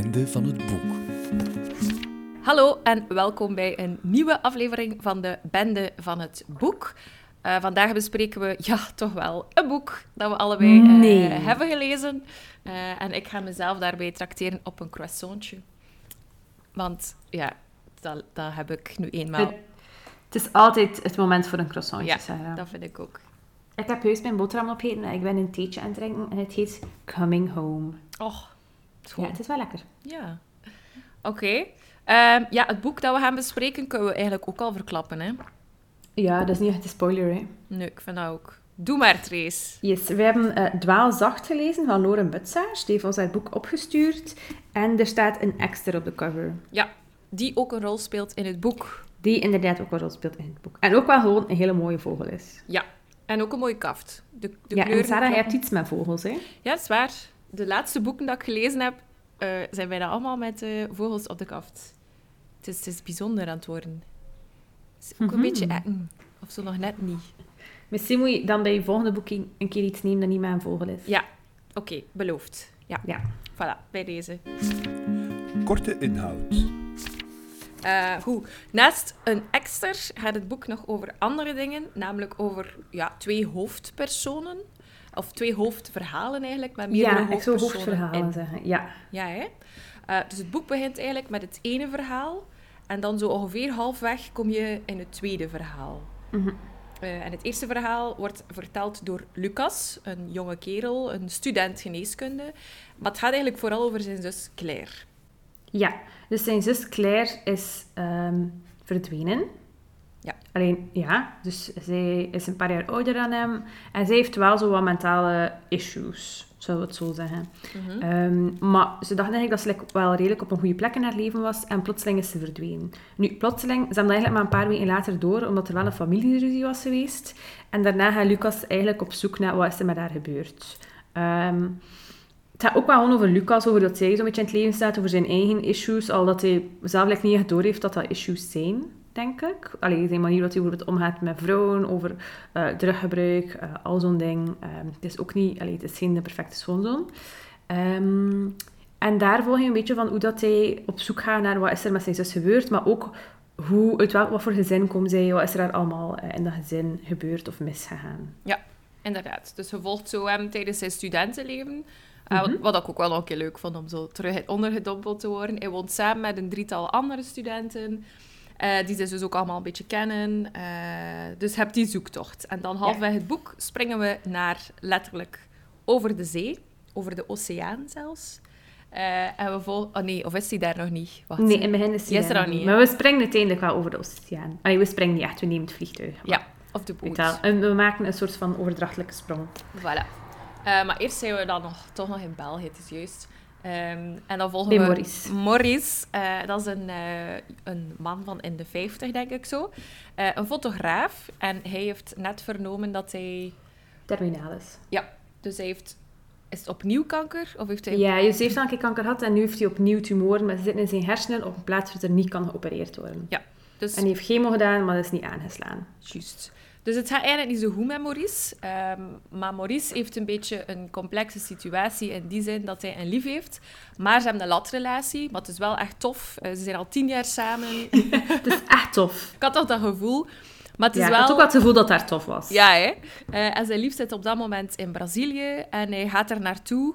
Bende van het Boek. Hallo en welkom bij een nieuwe aflevering van de Bende van het Boek. Vandaag bespreken we, toch wel, een boek dat we allebei hebben gelezen. En ik ga mezelf daarbij trakteren op een croissantje. Want dat heb ik nu eenmaal. Het is altijd het moment voor een croissantje, Ja, Sarah. dat vind ik ook. Ik heb juist mijn boterham opgegeten en ik ben een theetje aan het drinken en het heet Coming Home. Och, Ja, het is wel lekker. Ja. Oké. Het boek dat we gaan bespreken kunnen we eigenlijk ook al verklappen, hè? Ja, dat is niet echt een spoiler, hè. Nee, ik vind dat ook. Doe maar, Trace. Yes, we hebben Dwaalzacht gelezen van Lauren Butsaars. Die heeft ons haar boek opgestuurd. En er staat een ekster op de cover. Ja, die ook een rol speelt in het boek. Die inderdaad ook een rol speelt in het boek. En ook wel gewoon een hele mooie vogel is. Ja, en ook een mooie kaft. De Ja, kleuren en Sarah, je kloppen. hebt iets met vogels, hè? Ja, dat is waar. De laatste boeken dat ik gelezen heb, zijn bijna allemaal met vogels op de kaft. Het is bijzonder aan het worden. Het is ook een beetje eng. Of zo nog net niet. Misschien moet je dan bij je volgende boek een keer iets nemen dat niet met een vogel is. Ja, oké, beloofd. Ja, voilà, bij deze. Korte inhoud. Goed. Naast een ekster gaat het boek nog over andere dingen, namelijk over twee hoofdpersonen. Of 2 hoofdverhalen eigenlijk, met meerdere Ja, ik zou hoofdpersonen hoofdverhalen in. zeggen. Ja. Ja, hè? Dus het boek begint eigenlijk met het ene verhaal. En dan zo ongeveer halfweg kom je in het tweede verhaal. Mhm. En het eerste verhaal wordt verteld door Lucas, een jonge kerel, een student geneeskunde. Maar het gaat eigenlijk vooral over zijn zus Claire. Ja, dus zijn zus Claire is verdwenen. Ja. Alleen, dus zij is een paar jaar ouder dan hem. En zij heeft wel zo wat mentale issues, zullen we het zo zeggen. Maar ze dacht eigenlijk dat ze wel redelijk op een goede plek in haar leven was. En plotseling is ze verdwenen. Nu, plotseling, ze hebben dat eigenlijk maar een paar weken later door, omdat er wel een familieruzie was geweest. En daarna gaat Lucas eigenlijk op zoek naar wat is er met haar gebeurd. Het gaat ook wel gewoon over Lucas, over dat hij zo'n beetje in het leven staat, over zijn eigen issues, al dat hij zelf niet echt door heeft dat dat issues zijn, denk ik. Allee, de manier dat hij bijvoorbeeld omgaat met vrouwen, over druggebruik, al zo'n ding. Het is ook niet, het is geen de perfecte schoonzoon. En daar volg je een beetje van hoe dat hij op zoek gaat naar wat is er met zijn zus gebeurd, maar ook uit wat voor gezin komt zij, wat is er allemaal in dat gezin gebeurd of misgegaan. Ja, inderdaad. Dus je volgt zo hem tijdens zijn studentenleven. Wat ik ook wel nog een keer leuk vond om zo terug ondergedompeld te worden. Hij woont samen met een 3-tal andere studenten. Die ze dus ook allemaal een beetje kennen. Dus heb die zoektocht. En dan halfweg het boek springen we naar letterlijk over de zee. Over de oceaan zelfs. En we volgen... of is die daar nog niet? Wacht. Nee, in het begin is hij er daar nog niet. Maar we springen uiteindelijk wel over de oceaan. We springen niet echt, we nemen het vliegtuig. Ja, of de boot. En we maken een soort van overdrachtelijke sprong. Voilà. Maar eerst zijn we dan toch nog in België, het is juist. En dan volgen Bij we Maurice. Maurice. Dat is een man van in de 50, denk ik zo. Een fotograaf. En hij heeft net vernomen dat hij... Terminaal is. Ja, dus hij heeft... Is het opnieuw kanker? Of heeft hij... Ja, hij heeft al een keer kanker gehad en nu heeft hij opnieuw tumoren, maar ze zitten in zijn hersenen op een plaats waar er niet kan geopereerd worden. Ja, dus... En hij heeft chemo gedaan, maar dat is niet aangeslaan. Juist. Dus het gaat eigenlijk niet zo goed met Maurice. Maar Maurice heeft een beetje een complexe situatie in die zin dat hij een lief heeft. Maar ze hebben een latrelatie, maar het is wel echt tof. Ze zijn al 10 jaar samen. Het is echt tof. Ik had toch dat gevoel. Maar het is Ik wel... had ook wel het gevoel dat daar tof was. Ja, hè. En zijn lief zit op dat moment in Brazilië. En hij gaat er naartoe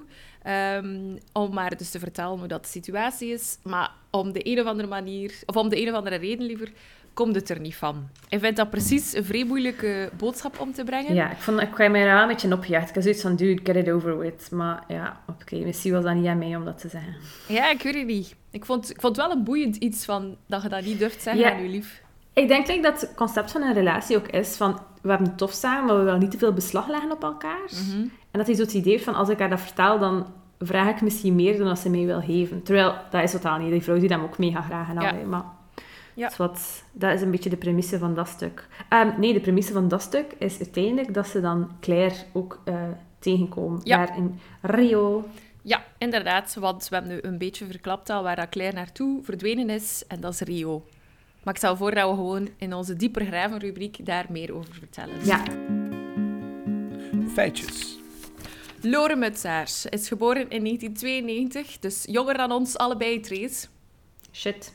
om maar dus te vertellen hoe dat de situatie is. Maar om de een of andere manier... Of om de een of andere reden liever... Komt het er niet van. Ik vind dat precies een vrij moeilijke boodschap om te brengen. Ja, ik heb mij er wel een beetje opgejaagd. Ik had zoiets van, dude, get it over with. Maar ja, oké, misschien was dat niet aan mij om dat te zeggen. Ja, ik weet het niet. Ik vond wel een boeiend iets van dat je dat niet durft zeggen aan je lief. Ik denk dat het concept van een relatie ook is van, we hebben het tof samen, maar we willen niet te veel beslag leggen op elkaar. En dat hij zo het idee heeft van, als ik haar dat vertel, dan vraag ik misschien meer dan als ze mij wil geven. Terwijl, dat is totaal niet. Die vrouw ziet hem ook mega graag en al, maar... Ja. Dat is een beetje de premisse van dat stuk. De premisse van dat stuk is uiteindelijk dat ze dan Claire ook tegenkomen. Ja. Daar in Rio. Ja, inderdaad. Want we hebben nu een beetje verklapt al waar dat Claire naartoe verdwenen is. En dat is Rio. Maar ik stel voor dat we gewoon in onze dieper graven rubriek daar meer over vertellen. Ja. Feitjes. Lore Mutsaars is geboren in 1992, dus jonger dan ons allebei, Trace. Shit.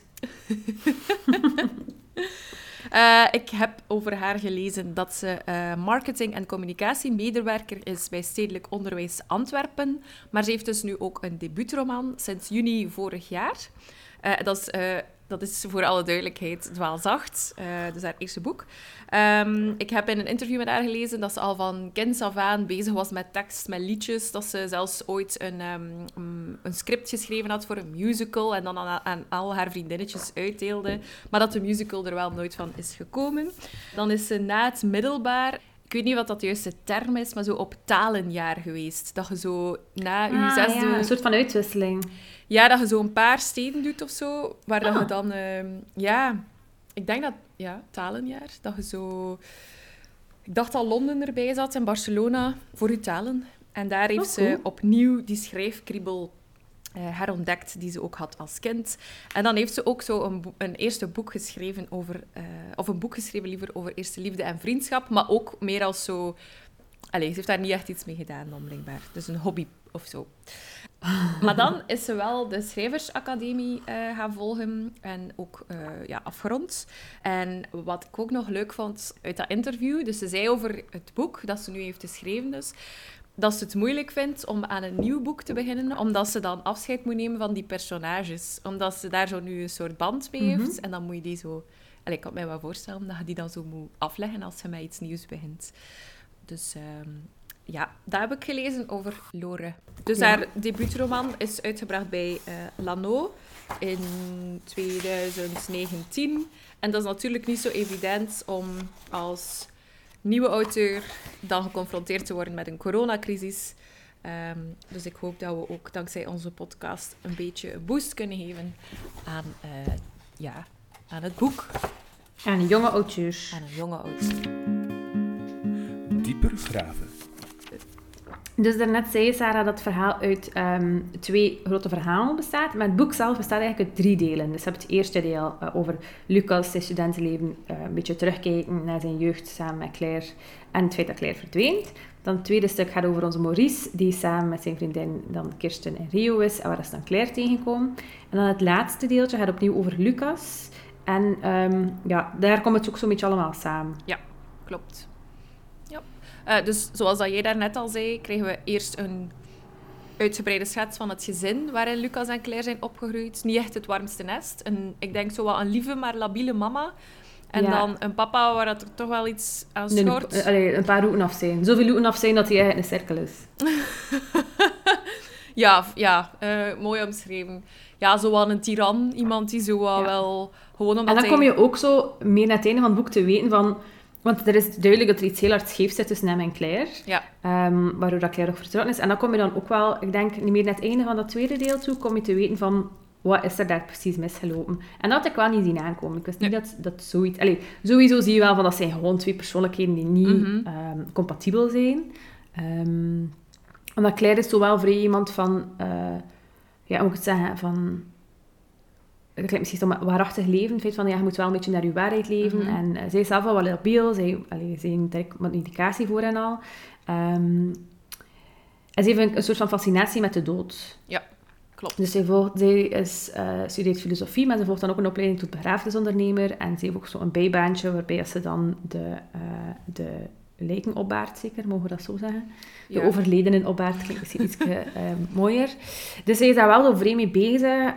Ik heb over haar gelezen dat ze marketing- en communicatiemedewerker is bij Stedelijk Onderwijs Antwerpen. Maar ze heeft dus nu ook een debuutroman sinds juni vorig jaar. Dat is voor alle duidelijkheid Dwaalzacht, dus haar eerste boek. Ik heb in een interview met haar gelezen dat ze al van kinds af aan bezig was met tekst, met liedjes. Dat ze zelfs ooit een script geschreven had voor een musical en dan aan al haar vriendinnetjes uitdeelde. Maar dat de musical er wel nooit van is gekomen. Dan is ze na het middelbaar... Ik weet niet wat dat de juiste term is, maar zo op talenjaar geweest. Dat je zo na je zesde... Ja, een soort van uitwisseling. Ja, dat je zo een paar steden doet of zo, waar dat je dan... ik denk dat... Ja, talenjaar. Dat je zo... Ik dacht dat Londen erbij zat en Barcelona voor je talen. En daar heeft ze opnieuw die schrijfkriebel herontdekt die ze ook had als kind. En dan heeft ze ook zo een eerste boek geschreven over... of een boek geschreven liever over eerste liefde en vriendschap, maar ook meer als zo... Allee, ze heeft daar niet echt iets mee gedaan dan, blijkbaar. Dus een hobby of zo. Maar dan is ze wel de schrijversacademie gaan volgen en ook afgerond. En wat ik ook nog leuk vond uit dat interview, dus ze zei over het boek dat ze nu heeft geschreven, dus, dat ze het moeilijk vindt om aan een nieuw boek te beginnen, omdat ze dan afscheid moet nemen van die personages. Omdat ze daar zo nu een soort band mee heeft. En dan moet je die zo... Allee, ik kan me wel voorstellen dat je die dan zo moet afleggen als je met iets nieuws begint. Dus... dat heb ik gelezen over Lore. Dus haar debuutroman is uitgebracht bij Lano in 2019. En dat is natuurlijk niet zo evident om als nieuwe auteur dan geconfronteerd te worden met een coronacrisis. Dus ik hoop dat we ook dankzij onze podcast een beetje een boost kunnen geven aan het boek. Aan een jonge auteur. Dieper graven. Dus daarnet zei Sarah dat het verhaal uit 2 grote verhalen bestaat. Maar het boek zelf bestaat eigenlijk uit 3 delen. Dus je hebt het eerste deel over Lucas, zijn studentenleven, een beetje terugkijken naar zijn jeugd samen met Claire en het feit dat Claire verdwijnt. Dan het tweede stuk gaat over onze Maurice, die samen met zijn vriendin dan Kirsten in Rio is en waar ze dan Claire tegenkomen. En dan het laatste deeltje gaat opnieuw over Lucas. En daar komt het ook zo'n beetje allemaal samen. Ja, klopt. Dus zoals dat jij daarnet al zei, kregen we eerst een uitgebreide schets van het gezin waarin Lucas en Claire zijn opgegroeid. Niet echt het warmste nest. Ik denk zo wel een lieve, maar labiele mama. En dan een papa waar dat er toch wel iets aan schort. Een paar routen af zijn. Zoveel routen af zijn dat hij eigenlijk een cirkel is. Mooi omschreven. Ja, zo wel een tiran. Iemand die zo wel gewoon omdat En dan kom je ook zo meer naar het einde van het boek te weten van... Want er is duidelijk dat er iets heel hard scheef zit tussen hem en Claire. Ja. Waardoor dat Claire ook vertrouwd is. En dan kom je dan ook wel, ik denk, niet meer naar het einde van dat tweede deel toe, kom je te weten van, wat is er daar precies misgelopen? En dat had ik wel niet zien aankomen. Ik wist niet dat zoiets... Sowieso zie je wel van dat zijn gewoon 2 persoonlijkheden die niet compatibel zijn. Omdat Claire is zo wel vrij iemand van... hoe moet ik het zeggen? Van... Het lijkt misschien een waarachtig leven. Het feit van, je moet wel een beetje naar je waarheid leven. En zij is zelf wel wat labiel. Zij direct wat medicatie voor en al. En ze heeft een soort van fascinatie met de dood. Ja, klopt. Dus zij studeert filosofie, maar ze volgt dan ook een opleiding tot begrafenisondernemer. En ze heeft ook zo'n bijbaantje waarbij ze dan de lijken opbaart, zeker, mogen we dat zo zeggen? De overledenen opbaart, klinkt misschien iets mooier. Dus zij is daar wel zo vreemd mee bezig.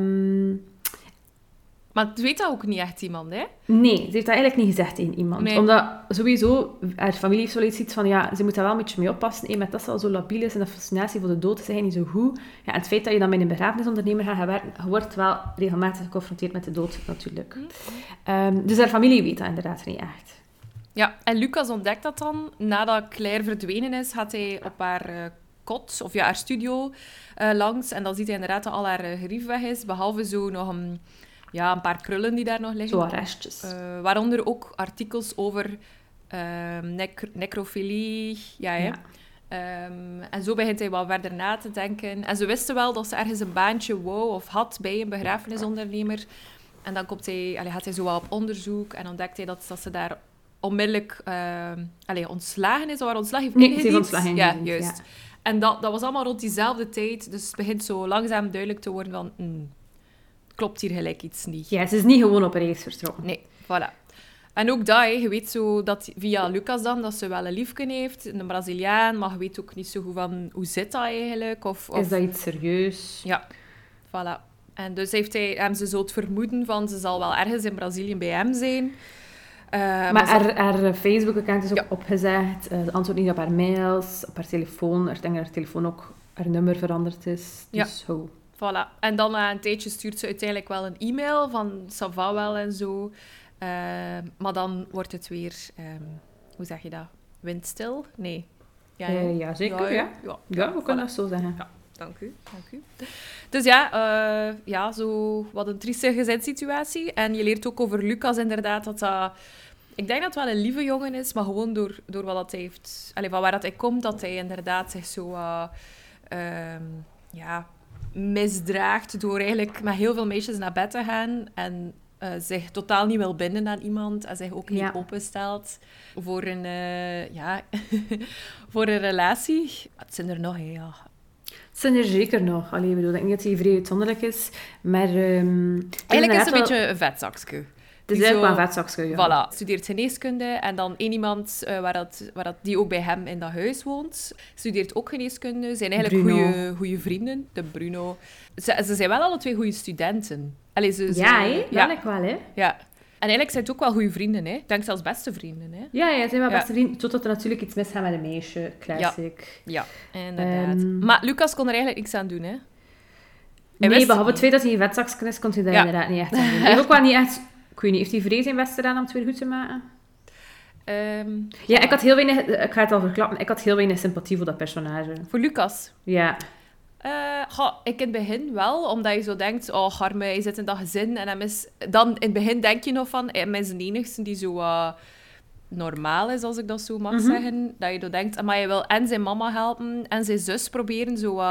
Maar het weet dat ook niet echt iemand, hè? Nee, ze heeft dat eigenlijk niet gezegd tegen iemand. Nee. Omdat sowieso, haar familie heeft zoiets van, ze moet daar wel een beetje mee oppassen. Met dat ze al zo labiel is en de fascinatie voor de dood is eigenlijk niet zo goed. Ja, en het feit dat je dan met een begrafenisondernemer gaat werken, je wordt wel regelmatig geconfronteerd met de dood, natuurlijk. Dus haar familie weet dat inderdaad niet echt. Ja, en Lucas ontdekt dat dan. Nadat Claire verdwenen is, gaat hij op haar kot, of haar studio, langs. En dan ziet hij inderdaad dat al haar gerief weg is, behalve zo nog een paar krullen die daar nog liggen. Zo restjes. Waaronder ook artikels over necrofilie. En zo begint hij wel verder na te denken. En ze wisten wel dat ze ergens een baantje wou of had bij een begrafenisondernemer. En dan gaat hij zo wel op onderzoek en ontdekt hij dat ze daar onmiddellijk ontslagen is. Waar ontslag heeft nee, ze heeft ontslagen. Ja, juist. Ja. En dat was allemaal rond diezelfde tijd. Dus het begint zo langzaam duidelijk te worden van... klopt hier gelijk iets niet. Ja, ze is niet gewoon op reis vertrokken. Nee, voilà. En ook dat, hè, je weet zo dat via Lucas dan, dat ze wel een liefje heeft, een Braziliaan, maar je weet ook niet zo goed van hoe zit dat eigenlijk. Of... Is dat iets serieus? Ja, voilà. En dus hebben ze zo het vermoeden van, ze zal wel ergens in Brazilië bij hem zijn. Maar haar Facebook-account is ook opgezegd. Ze antwoordt niet op haar mails, op haar telefoon. Ik denk dat haar telefoon ook haar nummer veranderd is. Dus ja. Voilà. En dan na een tijdje stuurt ze uiteindelijk wel een e-mail van ça va wel en zo. Maar dan wordt het weer... hoe zeg je dat? Windstil? Nee. Ja, zeker. Ja, we kunnen dat zo zeggen. Ja, dank u. Dus zo wat een triestige gezinssituatie. En je leert ook over Lucas inderdaad dat... Ik denk dat het wel een lieve jongen is, maar gewoon door wat dat hij heeft... van waar dat hij komt, dat hij inderdaad zich zo... misdraagt door eigenlijk met heel veel meisjes naar bed te gaan en zich totaal niet wil binden aan iemand en zich ook niet openstelt voor een, voor een relatie. Het zijn er nog, ja. Het zijn er zeker nog. Allee, ik bedoel, ik denk niet dat hij vrij uitzonderlijk is, maar... eigenlijk is het een beetje een vetzakje. Het is eigenlijk wel een vetzakje, ja. Voilà, studeert geneeskunde en dan één iemand die ook bij hem in dat huis woont, studeert ook geneeskunde. Zijn eigenlijk goede vrienden, de Bruno. Ze zijn wel alle twee goede studenten. Allee, wel, hè? Ja. En eigenlijk zijn het ook wel goede vrienden, hè? Ik denk zelfs beste vrienden, hè? Ja, ze zijn wel beste vrienden, totdat er natuurlijk iets misgaat met een meisje. Classic. Ja, inderdaad. Maar Lucas kon er eigenlijk niks aan doen, hè? Behalve het feit dat hij een vetzakje is, kon hij daar inderdaad niet echt aan doen. Hij heeft ook wel niet echt... Ik weet niet, heeft hij vrij zijn best gedaan om het weer goed te maken? Ik had heel weinig... Ik ga het al verklappen. Ik had heel weinig sympathie voor dat personage. Voor Lucas? Ja. Ik in het begin wel, omdat je zo denkt... Oh, Garme, hij zit in dat gezin. En dan in het begin denk je nog van... Hij is de enigste die zo normaal is, als ik dat zo mag zeggen. Dat je dan denkt... Maar je wil en zijn mama helpen en zijn zus proberen zo...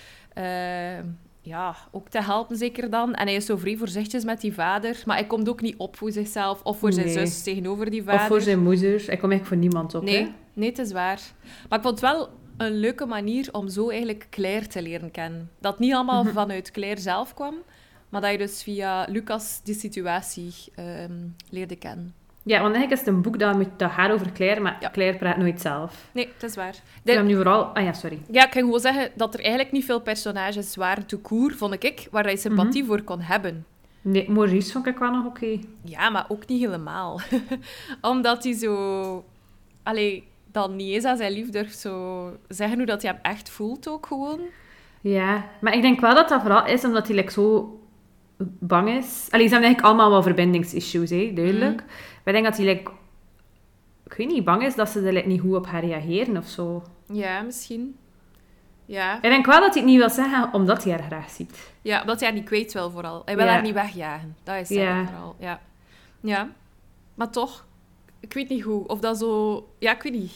ook te helpen zeker dan. En hij is zo vrij voorzichtig met die vader. Maar hij komt ook niet op voor zichzelf of voor zijn zus tegenover die vader. Of voor zijn moeder. Hij komt eigenlijk voor niemand op, Nee, het is waar. Maar ik vond het wel een leuke manier om zo eigenlijk Claire te leren kennen. Dat niet allemaal vanuit Claire zelf kwam, maar dat je dus via Lucas die situatie leerde kennen. Ja, want eigenlijk is het een boek dat gaat over Claire, maar Claire praat nooit zelf. Nee, dat is waar. Ik heb nu vooral... sorry. Ja, ik kan gewoon zeggen dat er eigenlijk niet veel personages waren tout court, vond ik, waar je sympathie voor kon hebben. Nee, Maurice vond ik wel nog oké. Ja, maar ook niet helemaal. Omdat hij zo... dan niet eens aan zijn lief durft zo zeggen hoe dat hij hem echt voelt ook gewoon. Ja, maar ik denk wel dat dat vooral is omdat hij zo bang is. Ze hebben eigenlijk allemaal wel verbindingsissues, hè, duidelijk. Maar ik denk dat hij, ik weet niet, bang is dat ze er niet goed op gaan reageren of zo. Ja, misschien. Ja. Ik denk wel dat hij het niet wil zeggen, omdat hij haar graag ziet. Ja, omdat hij haar niet kwijt wil vooral. Hij wil haar niet wegjagen. Dat is het vooral. Ja. Ja. Maar toch, ik weet niet hoe. Of dat zo... Ja, ik weet niet.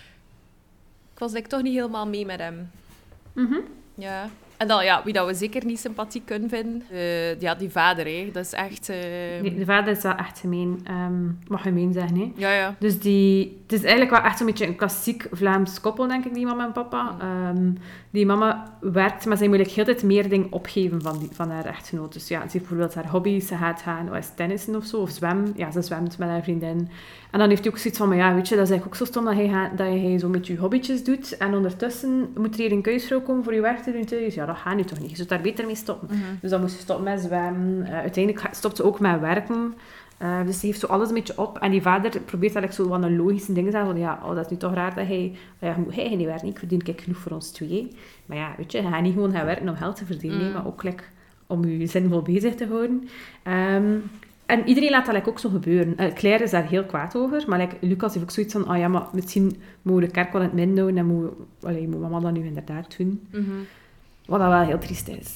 Ik was toch niet helemaal mee met hem. Ja. En dan, wie dat we zeker niet sympathiek kunnen vinden, die vader, hè. Dat is echt... Nee, de vader is wel echt gemeen. Mag gemeen zeggen, hè. Ja. Dus het is eigenlijk wel echt zo'n beetje een klassiek Vlaams koppel, denk ik, die mama en papa. Die mama werkt, maar zij moet heel tijd meer dingen opgeven van haar echtgenoot. Dus ja, ze heeft bijvoorbeeld haar hobby's, ze gaat gaan tennissen of zo, of zwemmen. Ja, ze zwemt met haar vriendin. En dan heeft hij ook zoiets van, maar ja, weet je, dat is eigenlijk ook zo stom dat hij zo'n beetje je hobbytjes doet. En ondertussen moet er hier een kuisvrouw komen voor je werk te doen thuis. Ja, dat gaat nu toch niet. Je zult daar beter mee stoppen. Dus dan moest ze stoppen met zwemmen. Uiteindelijk stopt ze ook met werken. Dus ze heeft zo alles een beetje op. En die vader probeert eigenlijk zo wat een logische dingen te zeggen. Van dat is nu toch raar dat hij... je moet niet werken. Ik verdien genoeg voor ons twee. Maar ja, weet je, je gaat niet gewoon gaan werken om geld te verdienen. Maar ook om je zinvol bezig te houden. En iedereen laat dat ook zo gebeuren. Claire is daar heel kwaad over. Maar Lucas heeft ook zoiets van... maar misschien moeten we de kerk wel in het midden houden. En moet mama dat nu inderdaad doen. Wat dat wel heel triest is.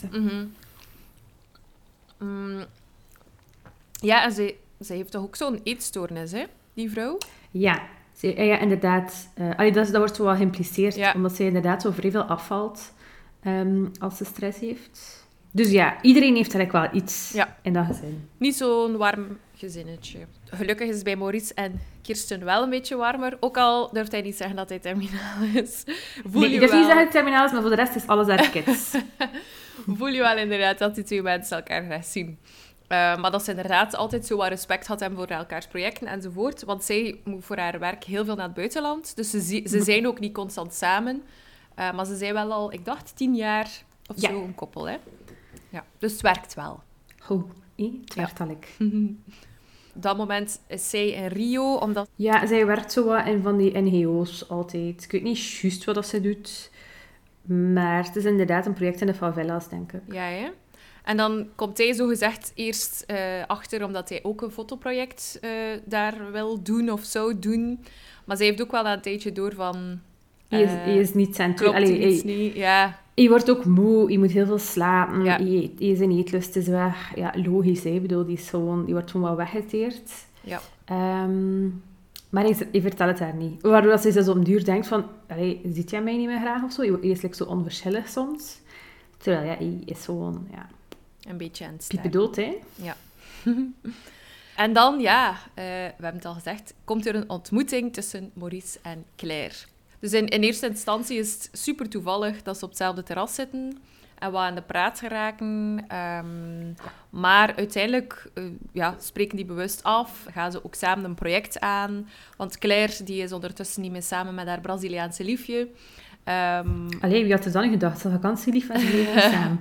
Ja, en zij heeft toch ook zo'n eetstoornis, hè? Die vrouw? Ja, inderdaad. Dat wordt zo wel geïmpliceerd. Omdat zij inderdaad zo vrij veel afvalt als ze stress heeft. Dus ja, iedereen heeft eigenlijk wel iets in dat gezin. Niet zo'n warm gezinnetje. Gelukkig is het bij Maurice en Kirsten wel een beetje warmer. Ook al durft hij niet zeggen dat hij terminaal is. Nee, ik durf niet zeggen dat het terminaal is, maar voor de rest is alles uit kids. Voel je wel inderdaad dat die twee mensen elkaar graag zien. Maar dat ze inderdaad altijd zo wat respect had hebben voor elkaars projecten enzovoort. Want zij moet voor haar werk heel veel naar het buitenland. Dus ze zijn ook niet constant samen. Maar ze zijn wel al, ik dacht, 10 jaar of zo een koppel. Hè? Ja, dus het werkt wel. Goed, het werkt al ik. Op dat moment is zij in Rio, omdat... Ja, zij werkt zo wat in van die NGO's altijd. Ik weet niet juist wat dat ze doet. Maar het is inderdaad een project in de favelas, denk ik. Ja, hè? En dan komt hij zogezegd eerst achter, omdat hij ook een fotoproject daar wil doen of zou doen. Maar zij heeft ook wel een tijdje door van... Hij is niet centraal. Niet, ja. Je wordt ook moe, je moet heel veel slapen, Ja. je zijn eetlust is weg. Ja, logisch, hè. Ik bedoel, die wordt gewoon wel weggeteerd. Ja. Maar je vertelt het haar niet. Waardoor dat ze dus op duur denkt van, ziet jij mij niet meer graag of zo? Je is like zo onverschillig soms. Terwijl, hij is gewoon, Een beetje aan het sterven. piependood, hè. Ja. En dan, we hebben het al gezegd, komt er een ontmoeting tussen Maurice en Claire. Dus in eerste instantie is het super toevallig dat ze op hetzelfde terras zitten en wat aan de praat geraken. Maar uiteindelijk spreken die bewust af, gaan ze ook samen een project aan. Want Claire die is ondertussen niet meer samen met haar Braziliaanse liefje. Wie had er dan gedacht? Dat vakantielief en ze leven samen.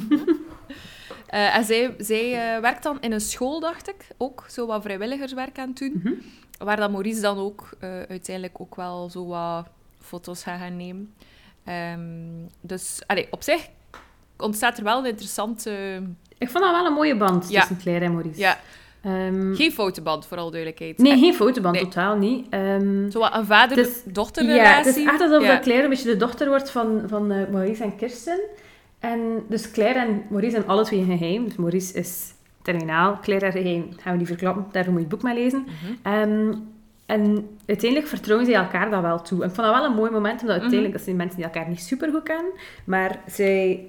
En zij werkt dan in een school, dacht ik. Ook zo wat vrijwilligerswerk aan het doen. Mm-hmm. Waar dan Maurice dan ook uiteindelijk ook wel zo wat foto's gaat gaan nemen. Dus op zich ontstaat er wel een interessante... Ik vond dat wel een mooie band tussen Claire en Maurice. Ja. Geen fotoband, voor alle duidelijkheid. Nee, geen fotoband, totaal niet. Zo wat een vader-dochterrelatie. Ja, het is echt alsof dat Claire een beetje de dochter wordt van Maurice en Kirsten. En dus Claire en Maurice zijn alle twee geheim. Dus Maurice is terminaal. Claire haar geheim gaan we niet verklappen. Daarvoor moet je het boek maar lezen. Mm-hmm. En uiteindelijk vertrouwen ze elkaar dat wel toe. En ik vond dat wel een mooi moment, omdat uiteindelijk, dat zijn mensen die elkaar niet super goed kennen, maar zij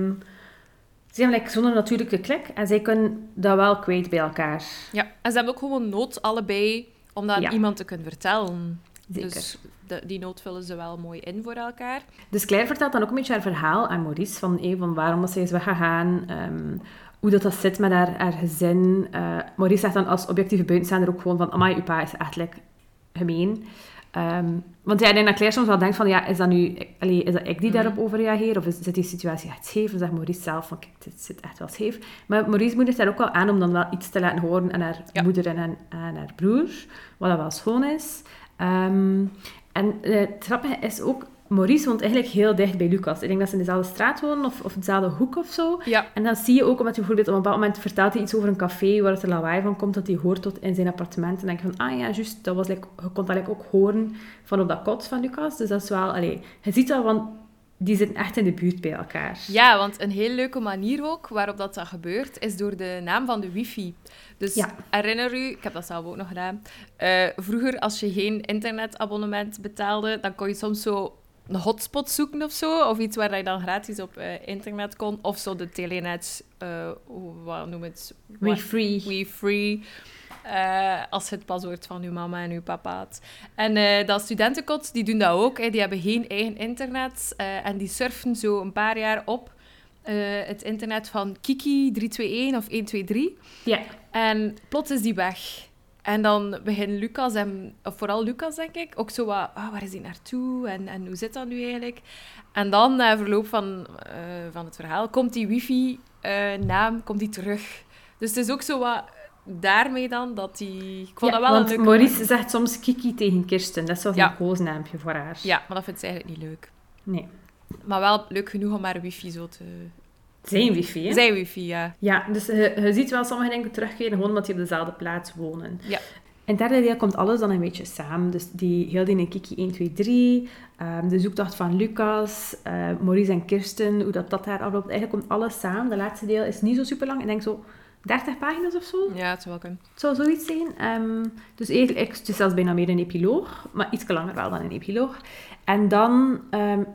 hebben zo'n natuurlijke klik en zij kunnen dat wel kwijt bij elkaar. Ja, en ze hebben ook gewoon nood, allebei, om dat aan iemand te kunnen vertellen. Zeker. Dus die nood vullen ze wel mooi in voor elkaar. Dus Claire vertelt dan ook een beetje haar verhaal aan Maurice, van waarom dat zij is weggegaan, hoe dat zit met haar gezin. Maurice zegt dan als objectieve buitenstaander ook gewoon van, amai, uw pa is echt gemeen. Want ik denk dat Claire soms wel denkt van, is dat ik die daarop overreageer? Of zit die situatie echt scheef? Dan zegt Maurice zelf van, kijk, dit zit echt wel scheef. Maar Maurice moedigt daar ook wel aan om dan wel iets te laten horen aan haar moeder en aan haar broer. Wat dat wel schoon is. En het grappige is ook, Maurice woont eigenlijk heel dicht bij Lucas. Ik denk dat ze in dezelfde straat wonen of dezelfde hoek of zo. Ja. En dan zie je ook, omdat hij bijvoorbeeld op een bepaald moment vertelt hij iets over een café waar het er lawaai van komt, dat hij hoort tot in zijn appartement. En dan denk je van, juist, dat was je kon dat ook horen van op dat kot van Lucas. Dus dat is wel, je ziet wel, want die zitten echt in de buurt bij elkaar. Ja, want een heel leuke manier ook waarop dat gebeurt, is door de naam van de wifi. Dus herinner u, ik heb dat zelf ook nog gedaan, vroeger als je geen internetabonnement betaalde, dan kon je soms zo een hotspot zoeken of zo, of iets waar je dan gratis op internet kon, of zo de Telenet, wat noem het? We free. Als je het paswoord van uw mama en uw papa had. En dat studentenkot, die doen dat ook. Hè. Die hebben geen eigen internet. En die surfen zo een paar jaar op het internet van Kiki 321 of 123. Ja. En plots is die weg. En dan beginnen Lucas, of vooral Lucas denk ik, ook zo wat, waar is die naartoe en hoe zit dat nu eigenlijk? En dan, na verloop van het verhaal, komt die wifi-naam terug. Dus het is ook zo wat daarmee dan, dat die... Ik vond dat wel want een leuke... Maurice zegt soms Kiki tegen Kirsten. Dat is wel een koosnaampje voor haar. Ja, maar dat vindt ze eigenlijk niet leuk. Nee. Maar wel leuk genoeg om haar wifi zo te... Zijn wifi, hè? Zijn wifi, ja. Ja, dus je ziet wel sommige dingen terugkeren, gewoon omdat die op dezelfde plaats wonen. Ja. In het derde deel komt alles dan een beetje samen. Dus heel die in Kiki 1, 2, 3, de zoektocht van Lucas, Maurice en Kirsten, hoe dat daar afloopt. Eigenlijk komt alles samen. De laatste deel is niet zo super lang. Ik denk zo 30 pagina's of zo. Ja, het zou wel kunnen. Het zou zoiets zijn. Dus eigenlijk het is zelfs bijna meer een epiloog, maar iets langer wel dan een epiloog. En dan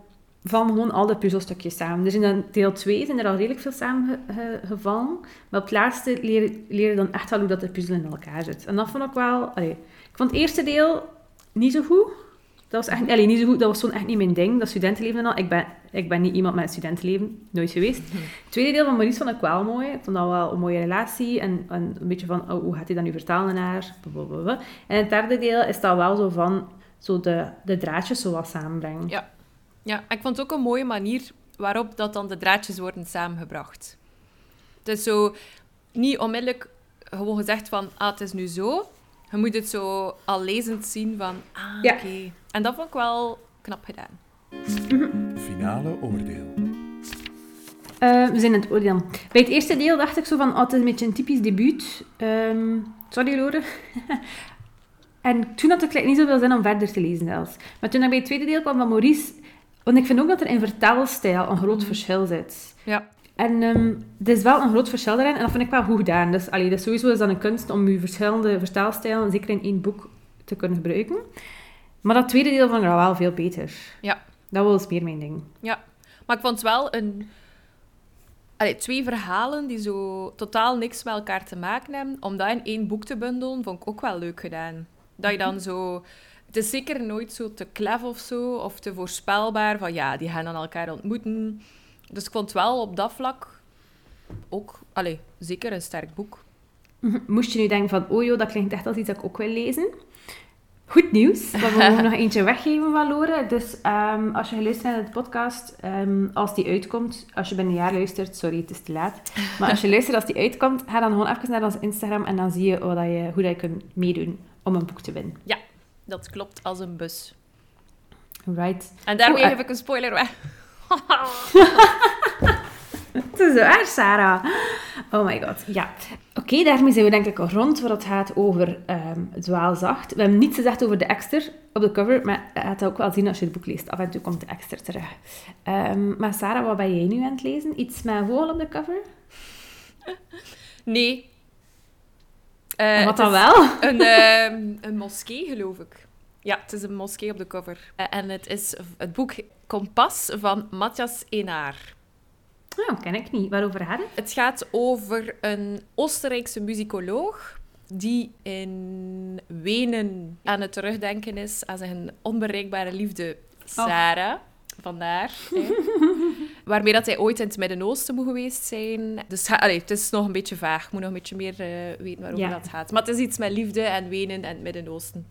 vallen gewoon al de puzzelstukjes samen. Dus in deel 2 zijn er al redelijk veel samengevallen. Maar op het laatste leer je dan echt wel hoe dat de puzzel in elkaar zit. En dat vond ik wel... ik vond het eerste deel niet zo goed. Dat was echt niet zo goed. Dat was gewoon echt niet mijn ding. Dat studentenleven en al. Ik ben niet iemand met een studentenleven. Nooit geweest. Het tweede deel van Maurice vond ik wel mooi. Ik vond dat wel een mooie relatie. En een beetje van, hoe gaat hij dat nu vertalen naar haar? Blablabla. En het derde deel is dat wel zo van... Zo de draadjes zo wat samenbrengen. Ja, ik vond het ook een mooie manier waarop dat dan de draadjes worden samengebracht. Het is zo niet onmiddellijk gewoon gezegd van, het is nu zo. Je moet het zo al lezend zien van, oké. En dat vond ik wel knap gedaan. Finale oordeel. We zijn in het oordeel. Bij het eerste deel dacht ik zo van, het is een beetje een typisch debuut. Sorry, Lore. En toen had ik niet zoveel zin om verder te lezen zelfs. Maar toen ik bij het tweede deel kwam van Maurice... Want ik vind ook dat er in vertaalstijl een groot verschil zit. Ja. En er is wel een groot verschil daarin. En dat vind ik wel goed gedaan. Dus sowieso is dat een kunst om je verschillende vertaalstijlen, zeker in één boek, te kunnen gebruiken. Maar dat tweede deel vond ik wel veel beter. Ja. Dat was meer mijn ding. Ja. Maar ik vond het wel twee verhalen die zo totaal niks met elkaar te maken hebben. Om dat in één boek te bundelen, vond ik ook wel leuk gedaan. Dat je dan zo... Het is zeker nooit zo te klef of zo, of te voorspelbaar van die gaan dan elkaar ontmoeten. Dus ik vond het wel op dat vlak ook, zeker een sterk boek. Moest je nu denken van, dat klinkt echt als iets dat ik ook wil lezen? Goed nieuws, we mogen nog eentje weggeven van Lore. Dus als je geluisterd hebt naar de podcast, als die uitkomt, als je binnen een jaar luistert, sorry, het is te laat. Maar als je luistert als die uitkomt, ga dan gewoon even naar ons Instagram en dan zie je hoe dat je kunt meedoen om een boek te winnen. Ja. Dat klopt als een bus. Right. En daarmee geef ik een spoiler weg. Het is zo erg, Sarah. Oh my god. Ja. Oké, daarmee zijn we denk ik al rond waar het gaat over Dwaalzacht. We hebben niets gezegd over de exter op de cover, maar je gaat dat ook wel zien als je het boek leest. Af en toe komt de exter terug. Maar Sarah, wat ben jij nu aan het lezen? Iets met een vogel op de cover? Nee. Wat dan wel? Een moskee, geloof ik. Ja, het is een moskee op de cover. En het is het boek Kompas van Matthias Enaar. Oh, ken ik niet. Waarover gaat het? Het gaat over een Oostenrijkse muzikoloog die in Wenen aan het terugdenken is aan zijn onbereikbare liefde Sarah. Vandaar. Waarmee dat hij ooit in het Midden-Oosten moet geweest zijn. Dus het is nog een beetje vaag. Ik moet nog een beetje meer weten waarover dat gaat. Maar het is iets met liefde en Wenen en het Midden-Oosten.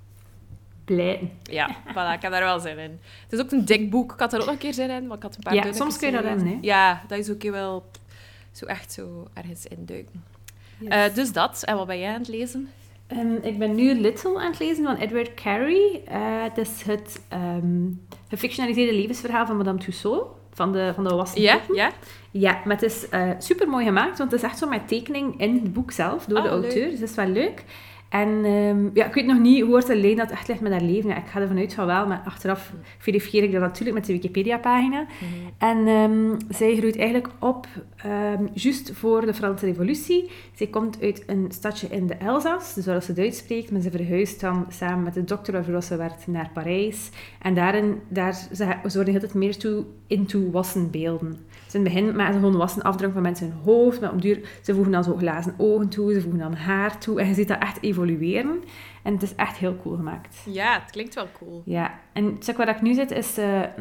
Blij. Ja, voilà, ik heb daar wel zin in. Het is ook een dik boek. Ik had er ook nog een keer zin in, maar ik had een paar dunnetjes soms kun je dat in, hè? Ja, dat is ook wel zo echt zo ergens induiken. Yes. Dus dat. En wat ben jij aan het lezen? Ik ben nu Little aan het lezen van Edward Carey. Het is het gefictionaliseerde levensverhaal van Madame Tussaud, van de Wassen. Ja, maar het is super mooi gemaakt, want het is echt zo met tekening in het boek zelf, door de auteur. Leuk. Dus dat is wel leuk. En ik weet nog niet hoe het alleen dat echt ligt met haar leven. Ja, ik ga ervan uit van wel, maar achteraf verifieer ik dat natuurlijk met de Wikipedia-pagina. En zij groeit eigenlijk op juist voor de Franse Revolutie. Zij komt uit een stadje in de Elzas, dus waar ze Duits spreekt, maar ze verhuist dan samen met de dokter waarvoor ze werkt naar Parijs. En ze worden altijd meer into wassenbeelden. Dus in het begin maken ze gewoon wassenafdruk van mensen hun hoofd, maar op duur, ze voegen dan zo glazen ogen toe, ze voegen dan haar toe, en je ziet dat echt evolueren. En het is echt heel cool gemaakt. Ja, het klinkt wel cool. Ja, en het stuk waar ik nu zit is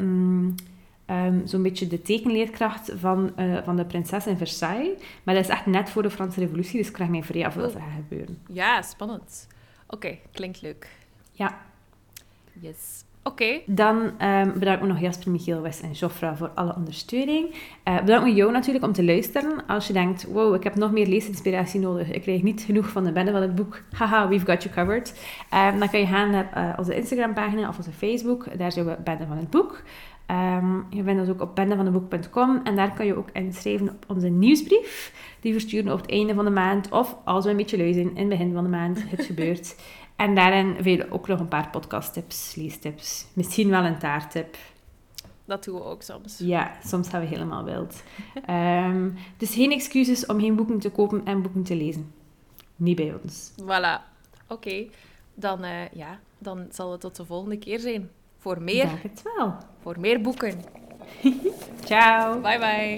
zo'n beetje de tekenleerkracht van de prinses in Versailles. Maar dat is echt net voor de Franse Revolutie, dus ik krijg mij vrij af wat er gaat gebeuren. Ja, spannend. Oké, klinkt leuk. Ja. Yes. Oké. Dan bedank me nog Jasper, Michiel, Wes en Joffra voor alle ondersteuning. Bedank me jou natuurlijk om te luisteren. Als je denkt, wow, ik heb nog meer leesinspiratie nodig. Ik krijg niet genoeg van de bende van het boek. Haha, we've got you covered. Dan kan je gaan naar onze Instagram-pagina of onze Facebook. Daar zijn we Bende van het Boek. Je vindt ons ook op bendevandeboek.com. En daar kan je ook inschrijven op onze nieuwsbrief. Die versturen op het einde van de maand. Of als we een beetje lui zijn, in het begin van de maand. Het gebeurt. En daarin vind je ook nog een paar podcasttips, leestips. Misschien wel een taarttip. Dat doen we ook soms. Ja, soms gaan we helemaal wild. Dus geen excuses om geen boeken te kopen en boeken te lezen. Niet bij ons. Voilà. Oké. Dan zal het tot de volgende keer zijn. Voor meer. Dank het wel. Voor meer boeken. Ciao. Bye bye.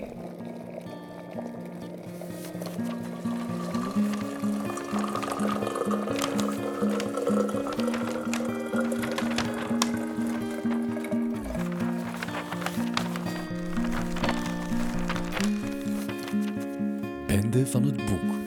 Bende van het boek.